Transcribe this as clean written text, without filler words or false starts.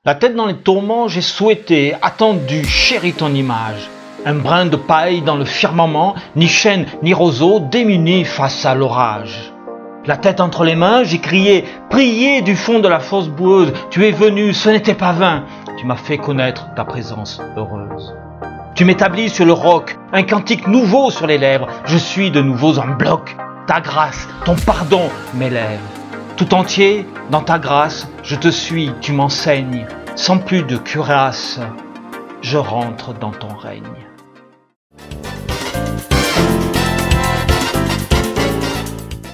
La tête dans les tourments, j'ai souhaité, attendu, chéri ton image. Un brin de paille dans le firmament, ni chêne ni roseau, démunis face à l'orage. La tête entre les mains, j'ai crié, prié du fond de la fosse boueuse. Tu es venu, ce n'était pas vain. Tu m'as fait connaître ta présence heureuse. Tu m'établis sur le roc, un cantique nouveau sur les lèvres. Je suis de nouveau en bloc. Ta grâce, ton pardon m'élève. Tout entier, dans ta grâce, je te suis, tu m'enseignes. Sans plus de cuirasse, je rentre dans ton règne.